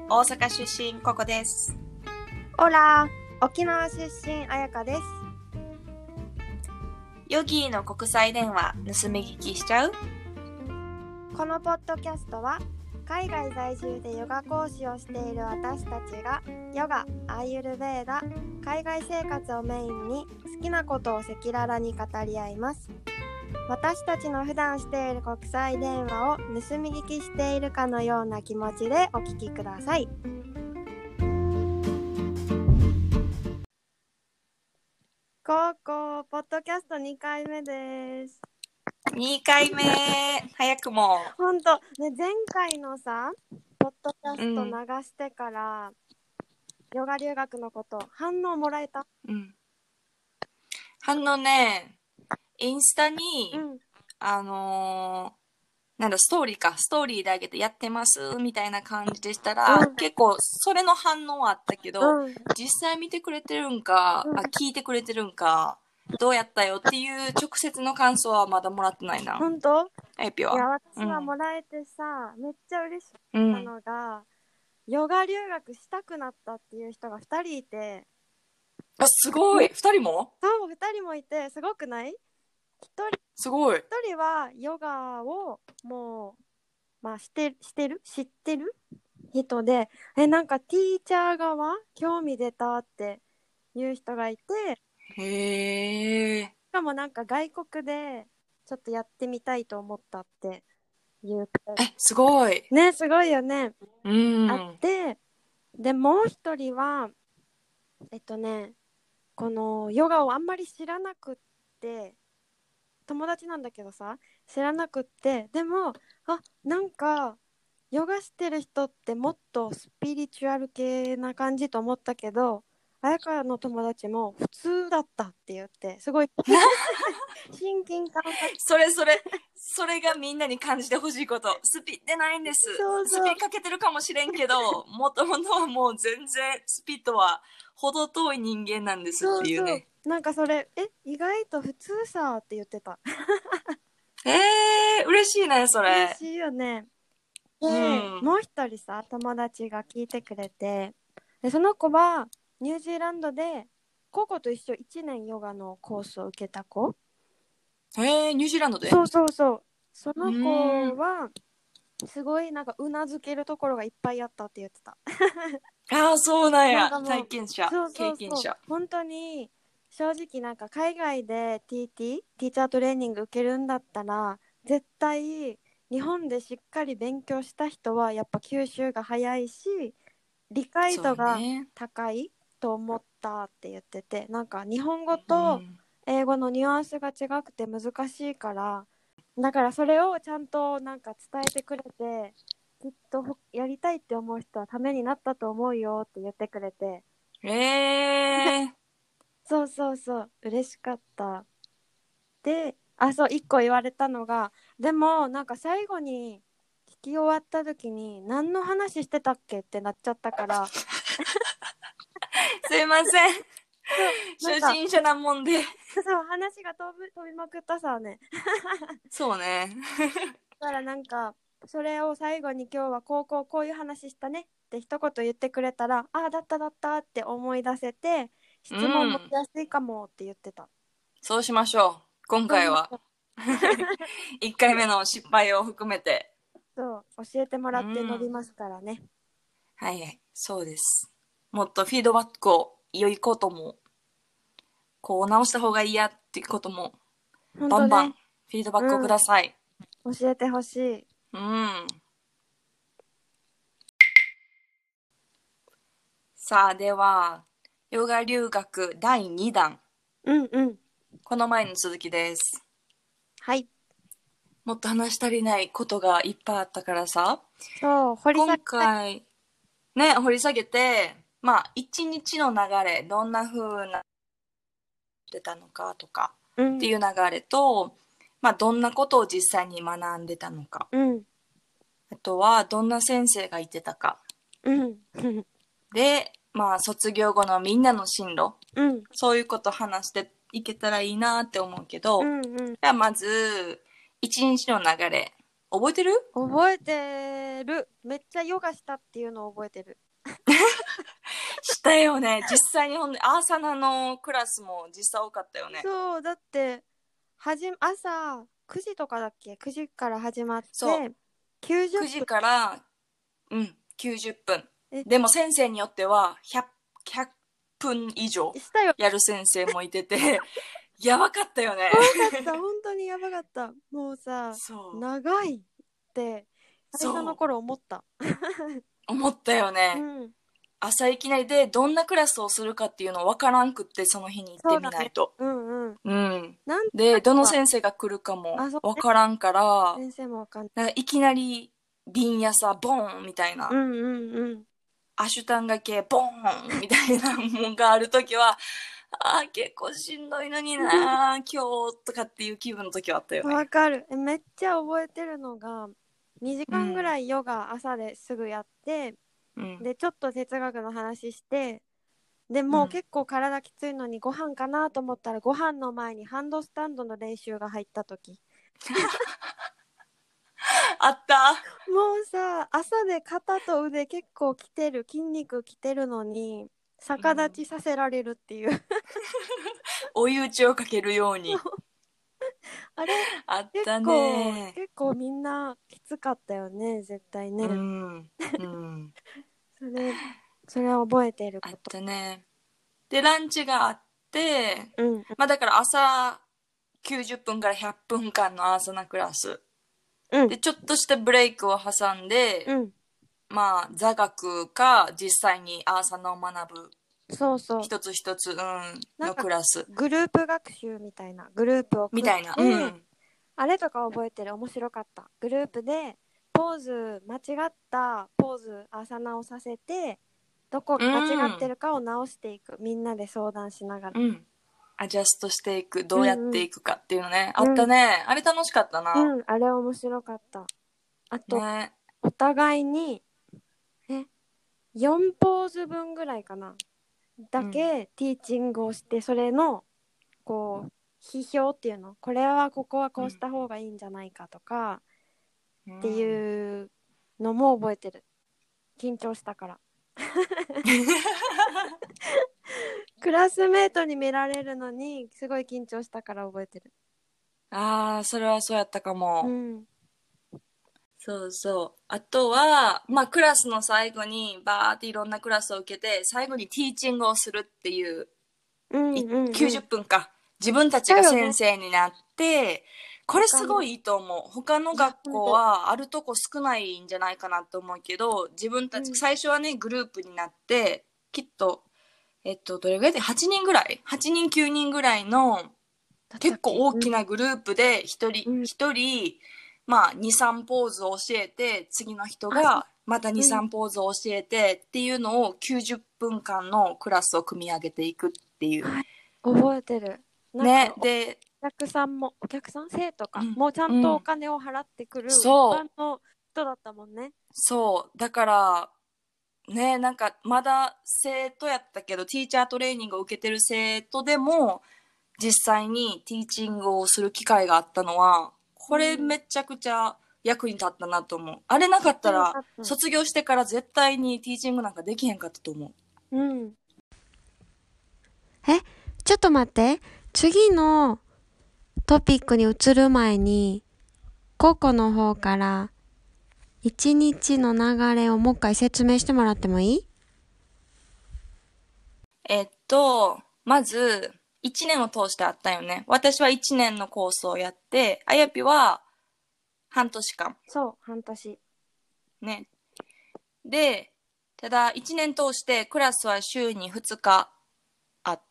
大阪出身ココです。 オラ、沖縄出身あやかです。 ヨギーの国際電話盗み聞きしちゃう？ このポッドキャストは海外在住でヨガ講師をしている私たちがヨガ、アーユルヴェーダ、海外生活をメインに好きなことを赤裸々に語り合います。私たちの普段している国際電話を盗み聞きしているかのような気持ちでお聞きください。ポッドキャスト2回目です。 2回目早くもほんと、ね、前回のさポッドキャスト流してから、ヨガ留学のこと反応もらえた？ 反応ね、インスタに、ストーリーであげてやってますみたいな感じでしたら、結構それの反応はあったけど、実際見てくれてるんか、聞いてくれてるんか、どうやったよっていう直接の感想はまだもらってないな。 ほんと？ エピは。 いや、私はもらえてさ、めっちゃ嬉しかったのが、ヨガ留学したくなったっていう人が2人いて。 あ、すごい！2人も？ そう、2人もいて、すごくない？ すごい。 1人はヨガをもう、知ってる人で、なんかティーチャー側興味出たっていう人がいて、 へー。しかもなんか外国でちょっとやってみたいと思ったっていう。 すごい。 ね、すごいよね。 あって、で、もう一人は、このヨガをあんまり知らなくって、友達なんだけどさ、知らなくって、でも、なんか、ヨガしてる人ってもっとスピリチュアル系な感じと思ったけど、綾香の友達も普通だったって言って、すごい親近感が。 それがみんなに感じてほしいこと。スピってないんです。 そうそう、 スピかけてるかもしれんけど、もともとはもう全然スピとは程遠い人間なんですっていうね。 そうそう、なんかそれ意外と普通さって言ってた。 嬉しいね、それ。 嬉しいよね。で、もう一人さ、友達が聞いてくれて、でその子はニュージーランドでココと一緒1年ヨガのコースを受けた子。 ニュージーランドで？ そうそうそう。その子はすごいなんかうなずけるところがいっぱいあったって言ってた。 そうなんや。 なんか体験者、 そうそうそう、 経験者。 本当に正直なんか海外で ティーチャートレーニング受けるんだったら絶対日本でしっかり勉強した人はやっぱ吸収が早いし理解度が高いと思ったって言ってて、なんか日本語と英語のニュアンスが違くて難しいから、だからそれをちゃんとなんか伝えてくれて、きっとやりたいって思う人はためになったと思うよって言ってくれて。そうそうそう、嬉しかった。で、そう、一個言われたのが、でもなんか最後に聞き終わった時に何の話してたっけってなっちゃったからすいません。初心者なもんで。 そう、話が飛びまくったさね。 そうね。 だからなんかそれを最後に今日はこういう話したねって一言言ってくれたら、だったって思い出せて質問もしやすいかもって言ってた。 そうしましょう。今回は1回目の失敗を含めてそう教えてもらって伸びますからね。 はいはい、そうです。もっとフィードバックを良いこともこう直した方がいいやっていうことも、バンバンフィードバックをください。 教えてほしい。 さあ、ではヨガ留学第2弾。この前の続きです。 はい。 もっと話し足りないことがいっぱいあったからさ、 そう今回ね、掘り下げて、一日の流れ、どんな風なってたのかとかっていう流れと、どんなことを実際に学んでたのか、あとはどんな先生がいてたか、で、卒業後のみんなの進路、そういうこと話していけたらいいなって思うけど、じゃあまず一日の流れ覚えてる？ 覚えてる。めっちゃヨガしたっていうのを覚えてる。 したよね。実際にほんで、アーサナのクラスも実際多かったよね。 そう、だって、朝9時とかだっけ？ 9 時から始まっそう。 て、90 9時分。 から、90分。 え、 でも先生によっては100分以上したよ。 やる先生もいてて、やばかったよね。 やばかった。本当にやばかった。もうさ、 そう。 長いって最初のそう。 頃思った。 思ったようね。 ん。 朝いきなりでどんなクラスをするかっていうの分からんくって、その日に行ってそうだね。 みないと。 うんうん。 うん。 なんとで、どのか、 先生が来るかもあ、そうね。 分からんから、 先生もわかんない。 なんかいきなり瓶やさ、ボーンみたいな、 うんうんうん。 アシュタンガ系ボーンみたいなもんがあるときは、あー結構しんどいのになー、今日とかっていう気分の時はあったよね。 わかる。めっちゃ覚えてるのが、2時間ぐうん。 らいヨガ朝ですぐやって、 うん。 で、ちょっと哲学の話して、でうん。 もう結構体きついのにご飯かなと思ったらご飯の前にハンドスタンドの練習が入った時、 あった。 もうさ、朝で肩と腕結構きてる、筋肉きてるのに逆立うん。 ちさせられるっていう追い打ちをかけるように。 あれ結あった構ね。 結構みんなきつかったよね、絶対うね。 ん。うん。 それそれは覚えてるあっこと。 たね。で、ランチがあって、 うんまあだから朝90分から100分間のアーサナクラス。 うんで、ちょっとしたブレイクを挟んで、 うん。 まあ座学か実際にアーサナを学ぶそうそう。 一つ一つ、のなんかクラス。 グループ学習みたいな、グループを組んみたいな。うで、 ん。 あれとか覚えてる。面白かった。グループでポーズ、間違ったポーズ、アーサナをさせて、どこうが間違ってん。 るかを直していく。みんなで相談しながら。 うん。アジャストしていく。どうやっうんうん。 ていくかっていうのね。あっうんたね。あれ楽しかったな。 うん。あれ面白かった。あと、 ね。 お互いに、え、4ポーズ分ぐらいかな。だうん。 けティーチングをして、それの、こう、批評っていうの。これはここはうん。 こうした方がいいんじゃないかとか、ってうん。 いうのも覚えてる。緊張したから。クラスメートに見られるのにすごい緊張したから覚えてる。 ああ、それはそうやったかも。 うん。 そうそう。あとは、まあ、クラスの最後に、バーっていろんなクラスを受けて、最後にティーチングをするっていう、 うんうんう 90 ん。 分か。自分たちが先だよね。 生になって、これわかる。 すごいいいと思う。他のいや、 学校ほんと。 はあるとこ少ないんじゃないかなと思うけど、自分たち、 うん。 最初はね、グループになって、きっと、どれぐらいで ?8 人ぐらい？ 8 人9人ぐらいのだったっ結構大け？うん。 きなグループでうん。 一人、まあ、2、3ポーズを教えて、次の人あ、そう。 がまた2、 うん。 3ポーズを教えてっていうのを90分間のクラスを組み上げていくっていう。 はい。覚えてる。なんね。 か、 で、 お客さん生徒か。 うん、 もうちゃんうん。 とお金を払ってくる一そう、 般の人だったもんね。 そう。だから、ね、なんかまだ生徒やったけど、ティーチャートレーニングを受けてる生徒でも、実際にティーチングをする機会があったのは、これうん。 めちゃくちゃ役に立ったなと思う。あれなかった役に立ら、 った。 卒業してから絶対にティーチングなんかできへんかったと思う。 うん。え、ちょっと待って。次のトピックに移る前に、ココの方から一日の流れをもう一回説明してもらってもいい？ まず、1年を通してあったよね。私は1年のコースをやって、あやぴは半年間。 そう、半年。 ね。で、ただ1年通してクラスは週に2日あって、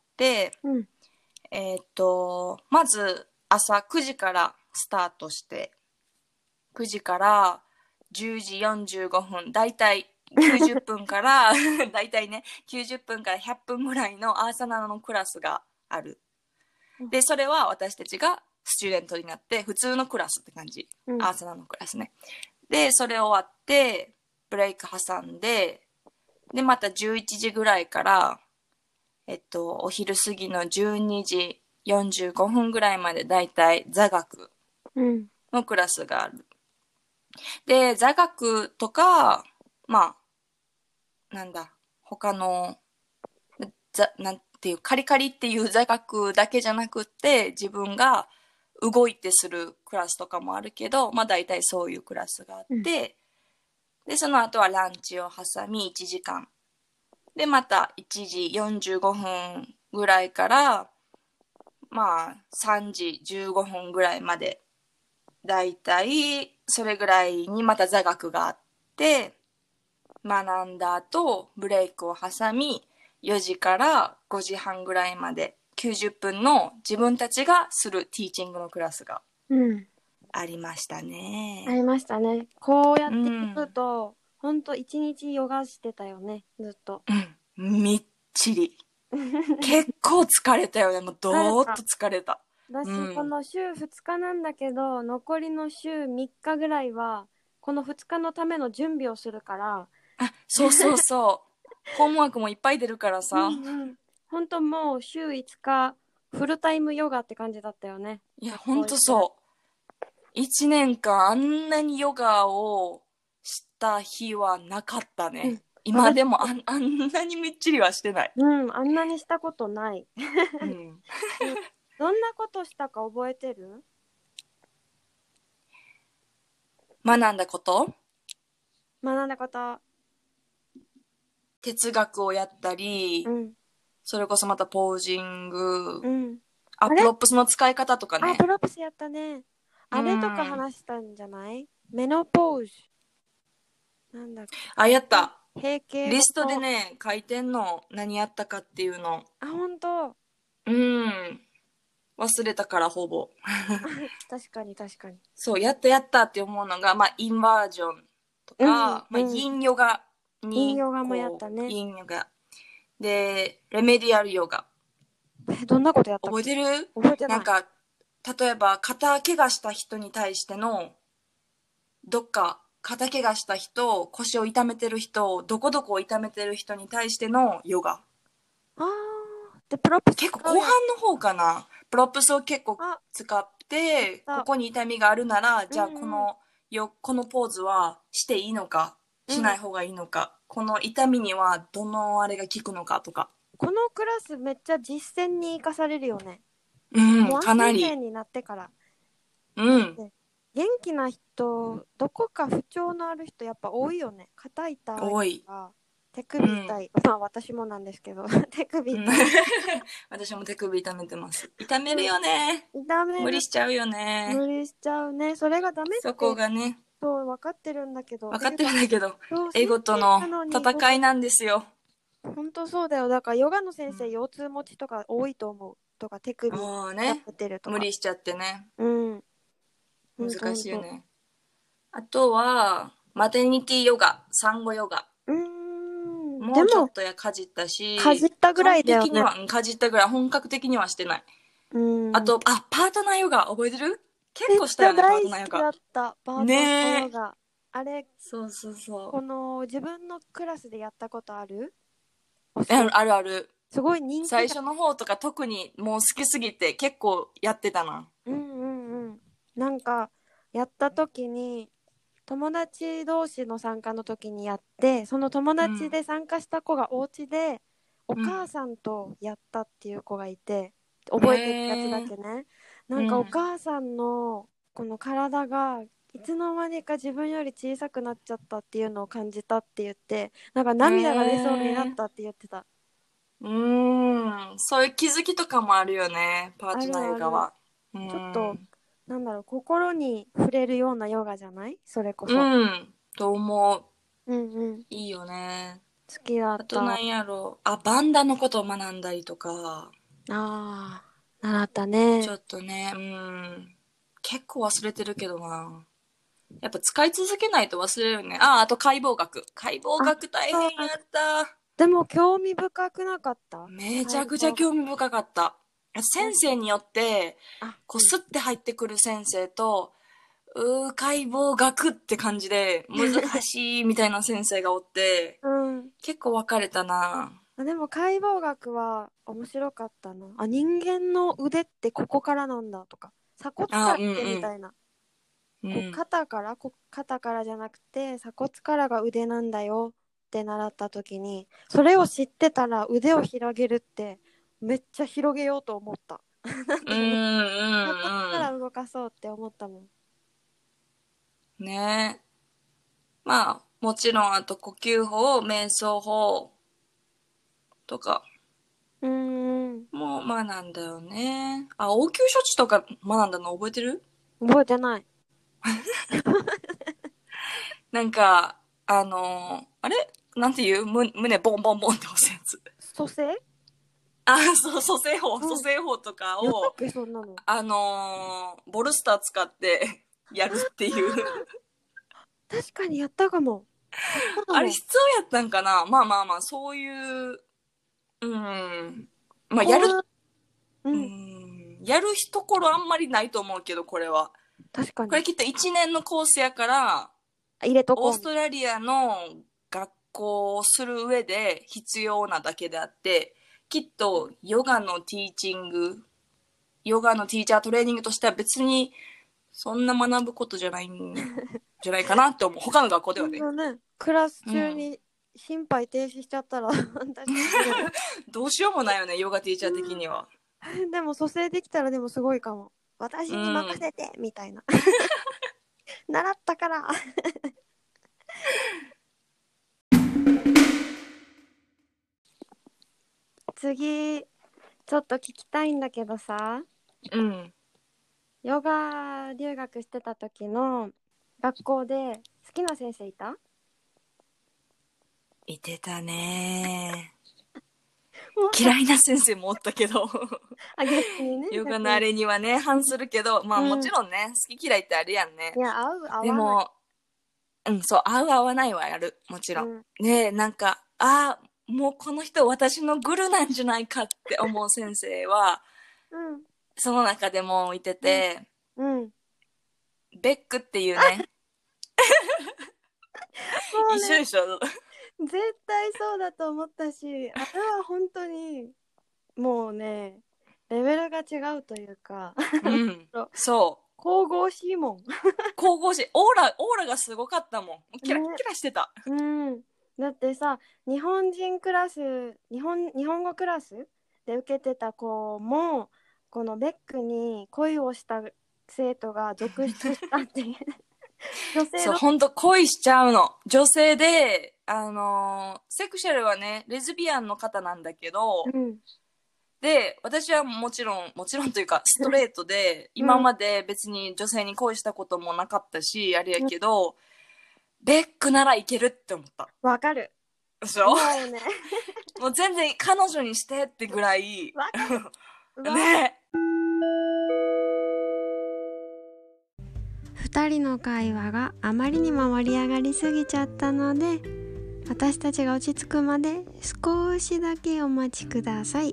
うん。 まず朝9時からスタートして、9時から10時45分、だいたい90分から、だいたいね、90分から100分ぐらいのアーサナのクラスがある。で、それは私たちがスチューデントになって、普通のクラスって感じ。 うん。 アーサナのクラスね。で、それ終わって、ブレイク挟んで、で、また11時ぐらいから、お昼過ぎの12時45分ぐらいまでだいたい座学うん。 のクラスがある。 で、座学とか、まあ、なんだ、他の、なんていう、カリカリっていう座学だけじゃなくって、自分が動いてするクラスとかもあるけど、まあ大体そういうクラスがあっうん。 て、で、その後はランチを挟み1時間。で、また1時45分ぐらいから、まあ3時15分ぐらいまで、だいたいそれぐらいにまた座学があって、学んだ後、ブレイクを挟み、4時から5時半ぐらいまで90分の自分たちがするティーチングのクラスがうん。 ありましたありね。 ましたね。こうやうって聞くん。 と、ほんと一日ヨガしてたよね、ずっと。 うん。みっちり。結構疲れたよね。もうどーっと疲れた。 疲れた。う私、こん。 の週2日なんだけど、残りの週3日ぐらいは、この2日のための準備をするから、 あ、そうそうそう。ホームワークもいっぱい出るからうさ。 んうん。ほんともう週5日、フルタイムヨガって感じだったよね。 いや、 学ほん校行って。 とそう。一年間あんなにヨガをした日はなかったね。 うん。私、 今でもあんなにみっちりはしてない。 うん、あんなにしたことない。 うん。 うん。どんなことしたか覚えてる？ 学んだこと、 学んだこと。 哲学をやったり、 うん。 それこそまたポージング、 うん。 あ、 あれ、 プロップスの使い方とかあ、 ね。 プロプスやったね。 うあれとかん。 話したんじゃない？メノポーズ。なんだっけ。 あ、やった。 閉経リストで後の。 ね、書いてんの。何やったかっていうの。 あ、ほんと。 うん。忘れたからほぼ。 確かに確かに。 そう、やったやったって思うのが、まあ、インバージョンとうん、 か、まあ、 うん。 インヨガ陰に、 ヨガもやっこう、 たね。 インヨガ。で、レメディアルヨガ。 どんなことやったっけ？ 覚えてる？ 覚えてない。 なんか、例えば、肩怪我した人に対しての、どっか、肩怪我した人、腰を痛めてる人、どこどこを痛めてる人に対してのヨガ。 あー。で、プロプス結構使うやつ。 後半の方かな。プロップスを結構あ、 使って、こだ。 こに痛みがあるなら、 うじゃあんうん。 このポーズはしていいのか、 うん。 しない方がいいのか、この痛みにはどのあれが効くのかとか。 このクラスめっちゃ実践に生かされるよね。 うん、 もう安かなり。 全面になってから。 うん、 で、元気な人、どこか不調のある人やっぱ多いよね。肩痛いと多い。 か、手うん。 首痛い。まあ私もなんですけど、手首うん、 痛い。 私も手首痛めてます。痛めるうん。 よね。 痛める。 無理しちゃうよね。 無理しちゃうね。それがダメっそこて、 がね、 そう分かってるんだけど、 分かってるんだけど、 そう、先英語との生なのに、そう、 戦いなんですよ。 本当そうだよ。だからヨガの先生、 うん。 腰痛持ちとか多いと思う。とか、手首痛もうね、 めてるとか。 無理しちゃってね。 うん。ほんとほ難んと。 しいよね。あとは、マテニティヨガ、産後ヨガ。 うーん。 もうちょでも、 っとかじったし、 かじったぐら完いだよね。 璧には、かじったぐらい、本格的にはしてない。 うん。 あと、あ、パートナーヨガ、覚えてる？結めっちゃ構したよね、パー大好きだトナーヨガ。 った、パートナーねえ。 ヨガ。あれ、 そうそうそこの自分のクラスでやったことある？ う。 教え、 あるある。 すごい人気だ。 最初の方とか特にもう好きすぎて結構やってたな。 うんうんうん。なんか、やった時に、友達同士の参加の時にやって、その友うん。 達で参加した子がお家で、おうん。 母さんとやったっていう子がいて、覚えてるやつええ。 だけね。なんかおうん。 母さんのこの体がいつの間にか自分より小さくなっちゃったっていうのを感じたって言って、なんか涙が出そうになっええ。 たって言ってた。 うーん。そういう気づきとかもあるよね。パーあトナーるある。 ヨガは。うちょっと、 ん。 なんだろう、心に触れるようなヨガじゃない？それこそ。 うん。と思う。 うんうん。 いいよね。 好きだった。 あとなんやろう。あ、バンダのことを学んだりとか。 ああ、習ったね。 ちょっとね、うん。結構忘れてるけどな。やっぱ使い続けないと忘れるよね。あ、あと解剖学。解剖あ、 学大そうだ。 変やった。 でも興味深くなかった？ めちゃくちゃ解剖学。 興味深かった。先生によって、こう、 うん。 スッて入ってくる先生と、解剖学って感じで、難しいみたいな先生がおって、 うん。 結構分かれたな。 あ、でも解剖学は面白かったな。あ、人間の腕ってここからなんだとか、鎖骨かあ、 ら来てみうんたいな。 肩からじゃなくて鎖骨からが腕なんだよって習った時に、それを知ってたら腕を広げるってめっちゃ広げようと思った。なんだろう、鎖骨から動かそうって思ったもん。 ね。まあもちろんあと呼吸法、瞑想法とかもう学んだよね。あ、応急処置とか学んだの覚えてる？ 覚えてない。 なんか、あれなんていう胸ボンボンボンって押すやつ。 蘇生？ あ、そう、蘇生法とかを、 やったっけ、そんなの。 ボルスター使ってやるっていう。 確かにやったかも。 あれ必要やったんかな。まあまあまあ、そういう、まあやる、やるところあんまりないと思うけど、これは。 確かに。 これきっと1年のコースやから、 入れとこう。 オーストラリアの学校をする上で必要なだけであって、きっとヨガのティーチング、ヨガのティーチャートレーニングとしては別にそんな学ぶことじゃないんじゃないかなって思う。他の学校ではね。 クラス中に心肺停止しちゃったら、 どうしようもないよね、ヨガティーチャー的には。 でも蘇生できたらでもすごいかも。私に任せて、みたいな。習ったから。次ちょっと聞きたいんだけどさ、ヨガ留学してた時の学校で好きな先生いた？ いてたね。嫌いな先生もおったけど逆にね、 ヨガのあれにはね反するけど、まあもちろんね、好き嫌いってあるやんね。 いや、合わない。 でもそう、合う合わないはある、もちろん。ねえ、なんかもうこの人私のグルなんじゃないかって思う先生は、その中でもいてて、ベックっていうね一緒でしょ。 絶対そうだと思ったし、あれは本当にもうね、レベルが違うというか、 そう神々しいもん。 神々しい。オーラがすごかったもん。キラキラしてた。 だってさ、日本語クラスで受けてた子も、このベックに恋をした生徒が続出したっていう女性の。 そう、ほんと恋しちゃうの。女性で、セクシャルはね、レズビアンの方なんだけど、で、私はもちろんというか、ストレートで、今まで別に女性に恋したこともなかったし、あれやけど、ベックならいけるって思った。 わかる。 でしょ？もう全然彼女にしてってぐらい。 わかる。 ね。 2人の会話があまりにも盛り上がりすぎちゃったので、私たちが落ち着くまで少しだけお待ちください。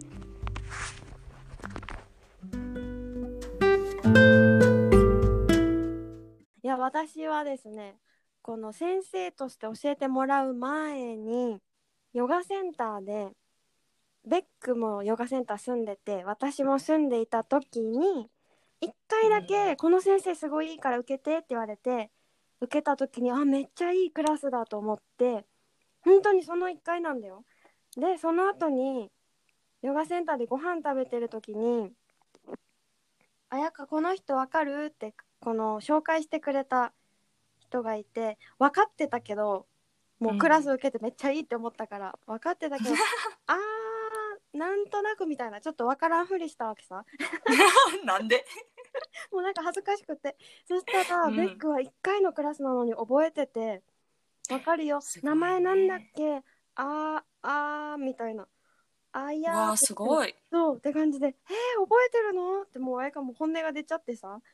いや、私はですね、この先生として教えてもらう前にヨガセンターで、ベックもヨガセンター住んでて、私も住んでいた時に1回だけこの先生すごいいいから受けてって言われて、受けた時にめっちゃいいクラスだと思って、本当にその1回なんだよ。でその後にヨガセンターでご飯食べてる時に、やかこの人わかるってこの紹介してくれた人がいて、分かってたけど、もうクラス受けてめっちゃいいって思ったから分かってたけどなんとなくみたいな、ちょっと分からんふりしたわけさなんでもうなんか恥ずかしくて、そしたら、ベックは1回のクラスなのに覚えてて、分かるよ、名前なんだっけ、みたいな、 わあすごい。 そうって感じで、覚えてるのってもうあれかも本音が出ちゃってさ、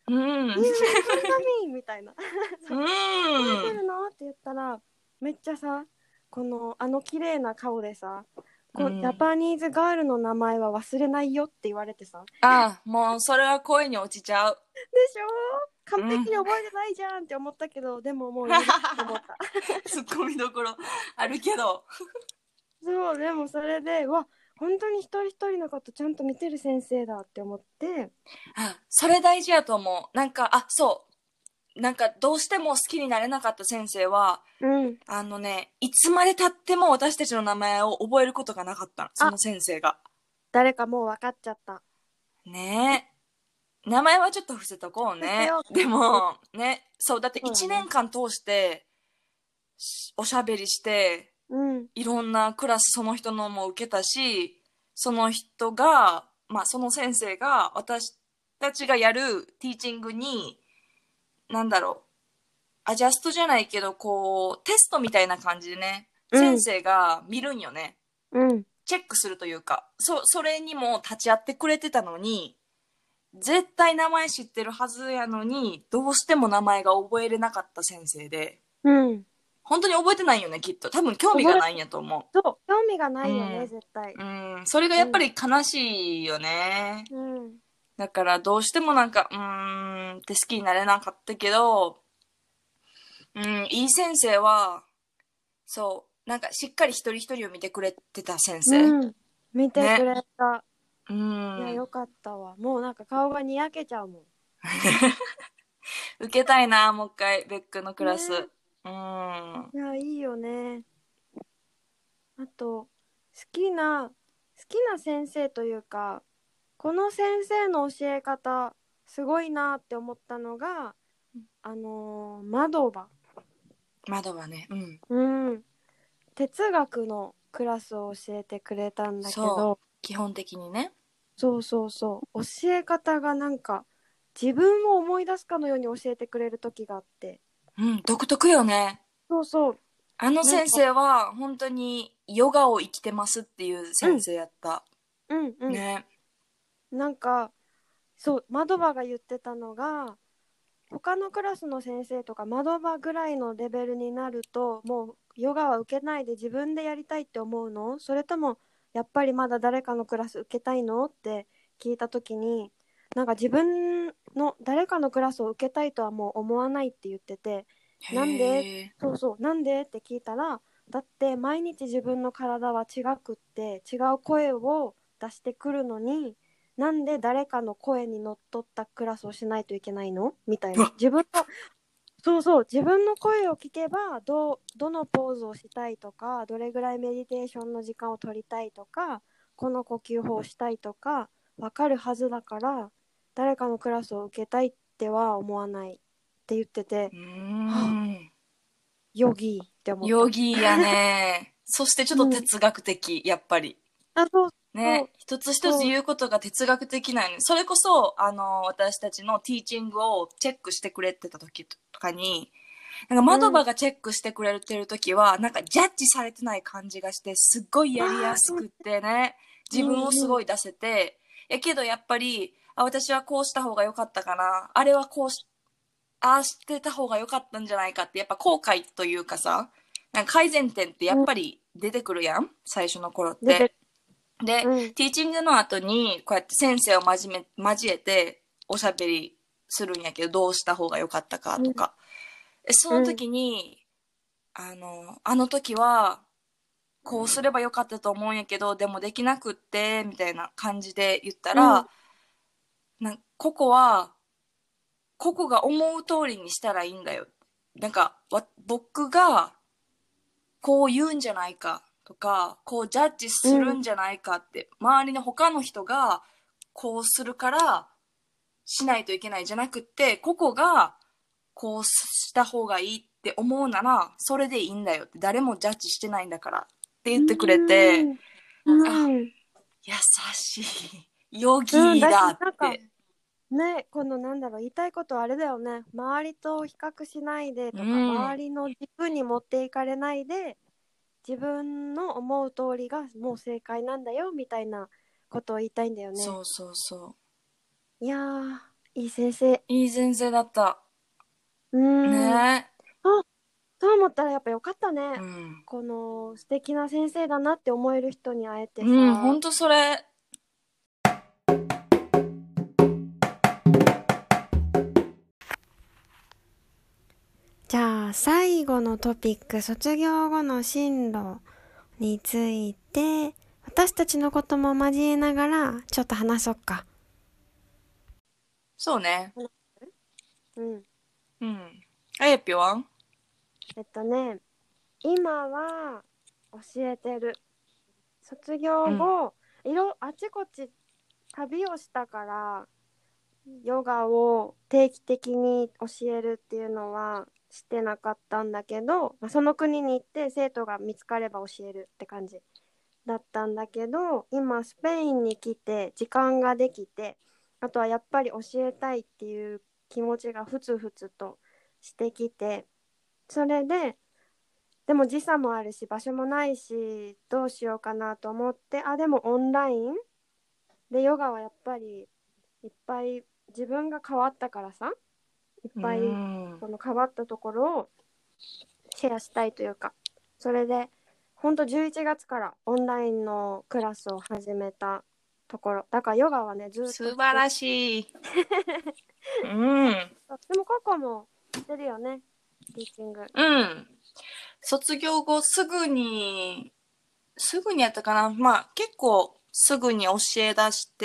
みたいな覚えてるのって言ったら、めっちゃさ、この綺麗な顔でさ、ジャパニーズガールの名前は忘れないよって言われてさ、 もうそれは声に落ちちゃうでしょ。完璧に覚えてないじゃんって思ったけど、でももういいと思ったツッコミどころあるけどそう、でもそれで本当に一人一人のことちゃんと見てる先生だって思って、 それ大事やと思う。なんかそうなんかどうしても好きになれなかった先生は、 うん。 いつまで経っても私たちの名前を覚えることがなかったの、そあ、 の先生が。 誰かもう分かっちゃった。 ねえ。名前はちょっと伏せとこうね。 伏せよでう。うん、 も、ね、そう、だって1 そうだね。 年間通して、おしゃべりして、 うん。 いろんなクラスその人のも受けたし、その人が、まあその先生が私たちがやるティーチングに、なんだろう、アジャストじゃないけど、こう、テストみたいな感じでね、 うん。 先生が見るんよね。 うん。 チェックするというか、それにも立ち会ってくれてたのに、絶対名前知ってるはずやのに、どうしても名前が覚えれなかった先生で、 うん。 本当に覚えてないよね、きっと。多分興味が覚え、 ないんやと思そう、興味がなう。ういよね、 ん。 絶対。 うん。それがやっぱうん。 り悲しいよね。 うん。 だからどうしてもなんか、うーんって好きになれなかったけど、うん、いい先生は、そう、なんかしっかり一人一人を見てくれてた先生。 うん。見てくね。 れた。 ういや、 ん。 よかったわ。もうなんか顔がにやけちゃうも受けたいな、もう一回、ベックのクん。 ラス。 ね。 うん。 いや、いいよね。あと、好きな先生というか、この先生の教え方、すごいなって思ったのが、マドバ。 窓はね、うん。 うん。哲学のクラスを教えてくれたんだけそう。 ど、 基本的にね。 そうそうそう。教え方がなんか、自分を思い出すかのように教えてくれる時があって。 うん、独特よね。 そうそう。 あの先なんか、 生は、本当にヨガを生きてますっていう先うん、 生やった。 うん、うん。 ね。 なんか、そう、マドバが言ってたのが、他のクラスの先生とかマドバぐらいのレベルになるともうヨガは受けないで自分でやりたいって思うの、それともやっぱりまだ誰かのクラス受けたいのって聞いた時に、なんか自分の誰かのクラスを受けたいとはもう思わないって言ってて、なんで、 へえ。 そうそう、なんでって聞いたら、だって毎日自分の体は違くって違う声を出してくるのに、なんで誰かの声にのっとったクラスをしないといけないのみたいな。 うわ、 そうそう、自分の声を聞けば、どのポーズをしたいとか、どれぐらいメディテーションの時間を取りたいとか、この呼吸法をしたいとか、わかるはずだから、誰かのクラスを受けたいっては思わないって言ってて、 うーはあ、 ん。 ヨギーって思った。 ヨギやね。そしてちょっとうん。 哲学的、やっぱり。 あ、そうそね。 う、 一つ一つそう。 言うことが哲学的なのに、それこそ、私たちのティーチングをチェックしてくれてた時とかに、なんかうん。 窓場がチェックしてくれてる時は、なんかジャッジされてない感じがして、すっごいやりああ、そう。 やすくってね、自分をうんうん。 すごい出せて、やけどやっぱり、私はこうした方が良かったかな、あれはこうし、ああしてた方が良かったんじゃないかって、やっぱ後悔というかさ、なんか改善点ってやっうん。 ぱり出てくるやん、最初の頃っ出てる。 て。で、 うん。 ティーチングの後に、こうやって先生を交えて、おしゃべりするんやけど、どうした方が良かったかうん。 とか。そのうん。 時に、あの時は、こうすればよかったと思うんやけど、でもできなくって、みたいな感じで言ったうん。 ら、ここは、ここが思う通りにしたらいいんだよ。なんか、僕がこう言うんじゃないかとか、こうジャッジうするん。 んじゃないかって、周りの他の人がこうするからしないといけないじゃなくって、ここがこうした方がいいって思うなら、それでいいんだよって、誰もジャッジしてないんだからって言ってくれて、あ、 うん。 優しい。ヨうん。だし、 ギーだっなんか、 て。 ね、このなんだろう、言いたいことはあれだよね。周りと比較しないでうとか、周ん。 りの軸に持っていかれないで、自分の思う通りがもう正解なんだよ、みたいなことを言いたいんだよね。 そうそうそいやー、いい先生。 う。いい先生だった。 うーん。 ねあ、そう思ったらやっぱよかったえ。うね。 ん。 この素敵な先生だなって思える人に会えてうん、ほさ。 んとそれ。 じゃあ最後のトピック、卒業後の進路について私たちのことも交えながらちょっと話そっか。 そうね。 うん。 うん。 表は？ 今は教えてる。卒業後、あちこち旅をしたから、ヨガを定期的に教えるっていうのはしてなかったんだけど、その国に行って生徒が見つかれば教えるって感じだったんだけど、今スペインに来て時間ができて、あとはやっぱり教えたいっていう気持ちがふつふつとしてきて、それででも時差もあるし場所もないしどうしようかなと思って、でもオンラインでヨガはやっぱりいっぱい自分が変わったからさ、いっぱいこの変わったところをシェアしたいというか、それでほんと11月からオンラインのクラスを始めたところだから、ヨガはねずっと素晴らしい。うん。 でもココもしてるよね、ティーチング。 うん。卒業後すぐにやったかな。まあ結構すぐに教え出して、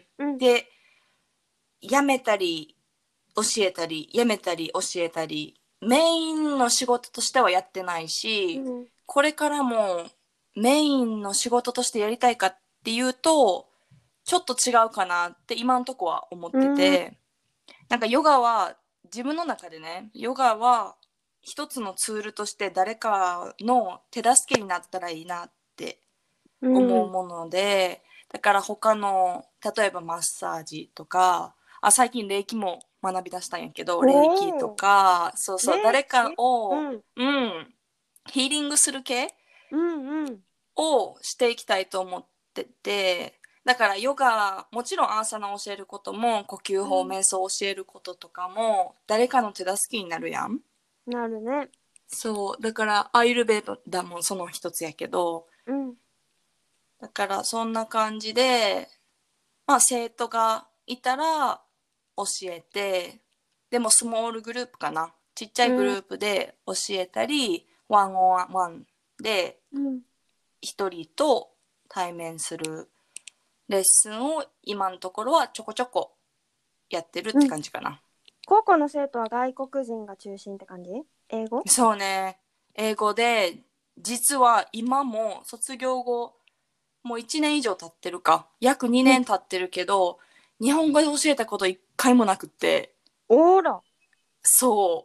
で、やめたり教えたり、やめたり教えたり、メインの仕事としてはやってないし、これからもメインの仕事としてやりたいかっていうと、ちょっと違うかなって今のとこは思ってて、なんかヨガは自分の中でね、ヨガは一つのツールとして誰かの手助けになったらいいなって思うもので、だから他の例えばマッサージとか、最近霊気も学び出したんやけど、霊気とか、そうそう、誰かを、ヒーリングする系をしていきたいと思ってて、だからヨガ、もちろんアーサナを教えることも、呼吸法、瞑想を教えることとかも、誰かの手助けになるやん。 なるね。 そう、だからアイルベーダもその一つやけど、だからそんな感じで、まあ生徒がいたら教えて、でもスモールグループかな。ちっちゃいグループで教えたり、ワンオンワンで一人と対面するレッスンを今のところはちょこちょこやってるって感じかな。 高校の生徒は外国人が中心って感じ？英語？ そうね。英語で、実は今も卒業後、もう1年以上経ってるか。約2年経ってるけど、日本語で教えたこと一回もなくって。 おら。 そう。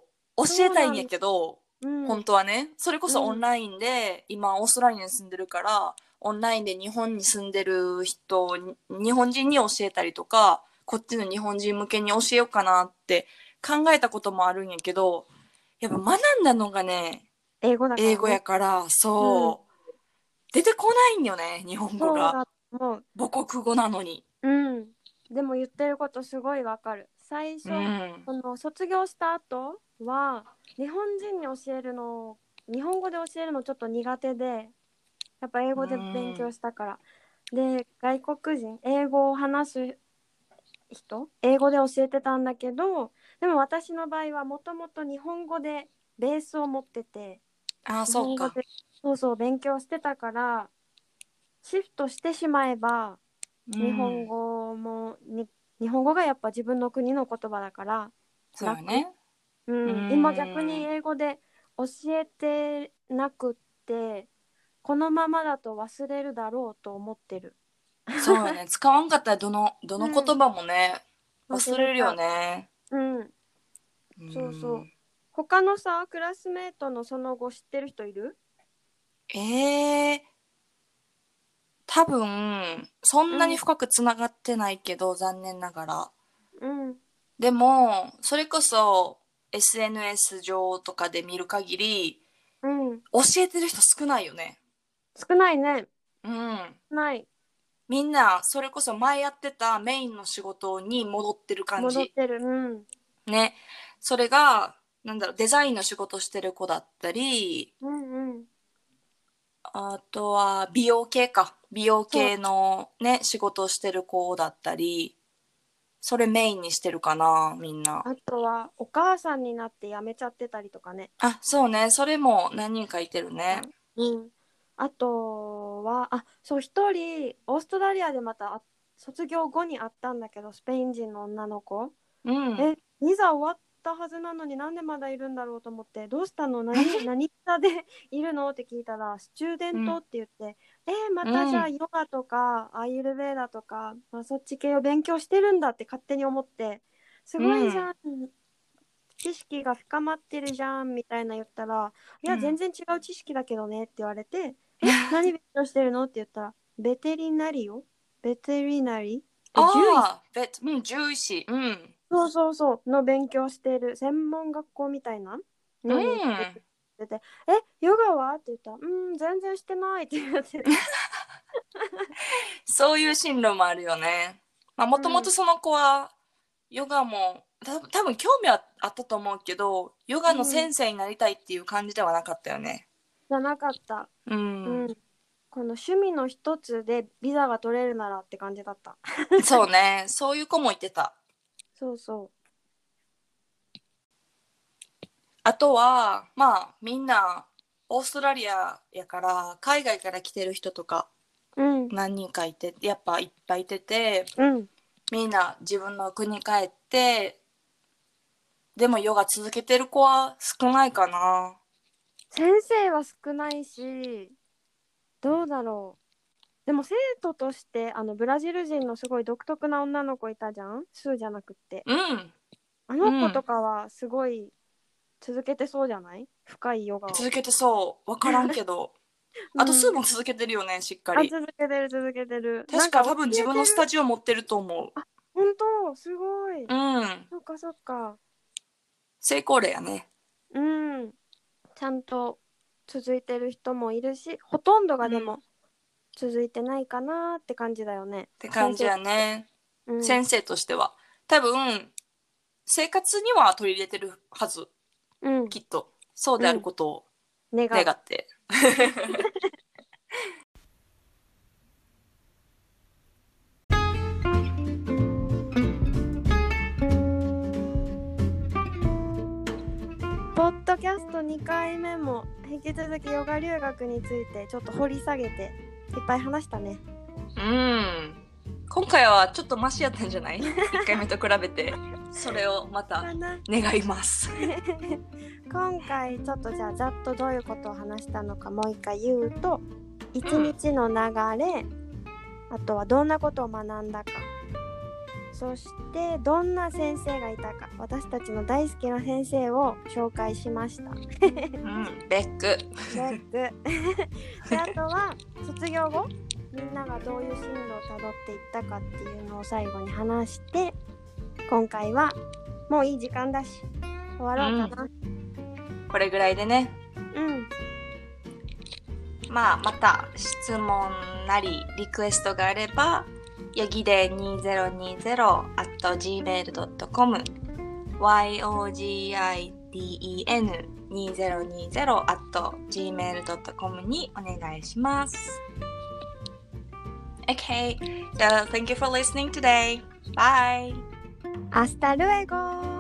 教えたいんやけど、本当はね。それこそオンラインで、今オーストラリアに住んでるから、オンラインで日本に住んでる人、日本人に教えたりとか、こっちの日本人向けに教えようかなって考えたこともあるんやけど、やっぱ学んだのがね、 英語だからね。 英語やから、そう。出てこないんよね、日本語が。 もう母国語なのに。 でも言ってることすごいわかる。最初、この卒業した後は日本人に教えるの、日本語で教えるのちょっと苦手で、やっぱ英語で勉強したから。で、外国人、英語を話す人、英語で教えてたんだけど、でも私の場合はもともと日本語でベースを持ってて、日そうか。 本語でそうそう勉強してたから、シフトしてしまえば日本語も日本語がやっぱ自分の国の言葉だからそうね。 今逆に英語で教えてなくって、このままだと忘れるだろうと思ってる。 そうよね。使わんかったらどの言葉もね、忘れるよね。 そうそう。他のさ、クラスメートのその後知ってる人いる？ 多分、そんなに深くつながってないけど、残念ながら。でも、それこそ SNS 上とかで見る限り、教えてる人少ないよね。 少ないね。 ない。みんな、それこそ前やってたメインの仕事に戻ってる感じ。 戻ってる。 ね。それが、なんだろう、デザインの仕事してる子だったり、あとは美容系か。美容系のね、仕事をしてる子だったり、それメインにしてるかな、みんな。 あとは、お母さんになって辞めちゃってたりとかね。 そうね。それも何人かいてるね。 あとは、そう、一人、オーストラリアでまた卒業後に会ったんだけど、スペイン人の女の子。ビザ終わったはずなのになんでまだいるんだろうと思って、どうしたの、何座でいるのって聞いたら、スチューデントって言って、またじゃあヨガとかアイルベーダとか、そっち系を勉強してるんだって勝手に思って、すごいじゃん、知識が深まってるじゃんみたいな言ったら、いや全然違う知識だけどねって言われて、何勉強してるのって言ったら、ベテリナリ獣医獣医師。 そうの勉強してる専門学校みたいなのに行ってて、ヨガはって言ったら、全然してないって言ってそういう進路もあるよね。もともとその子はヨガも多分興味はあったと思うけど、ヨガの先生になりたいっていう感じではなかったよね。 じゃなかった。この趣味の一つでビザが取れるならって感じだった。 そうね、そういう子も言ってた。 そうあとはみんなオーストラリアやから海外から来てる人とか何人かいて、やっぱいっぱいいてて、みんな自分の国帰ってでもヨガ続けてる子は少ないかな。 先生は少ないし、どうだろう。でも生徒としてブラジル人のすごい独特な女の子いたじゃん、スーじゃなくって、あの子とかはすごい続けてそうじゃない、深いヨガを続けてそう、分からんけどあとスーも続けてるよね、しっかり。 続けてる。 確か多分自分のスタジオ持ってると思う。 本当すごい。そっか成功例やね。 ちゃんと続いてる人もいるし、ほとんどがでも続いてないかなって感じだよね。 って感じやね。先生としては多分生活には取り入れてるはず。きっとそうであることを願って。 ポッドキャスト2回目も引き続きヨガ留学についてちょっと掘り下げていっぱい話したね。 今回はちょっとマシやったんじゃない1回目と比べて。それをまた願います今回ちょっとじゃあざっとどういうことを話したのかもう一回言うと、一日の流れ、あとはどんなことを学んだか、そしてどんな先生がいたか、私たちの大好きな先生を紹介しましたベックであとは卒業後みんながどういう進路をたどっていったかっていうのを最後に話して、今回はもういい時間だし終わろうかな。 これぐらいでね。また質問なりリクエストがあればヤギデ 2020@gmail.com yogiden2020@gmail.com にお願いします。Okay, so thank you for listening today. Bye. Hasta luego.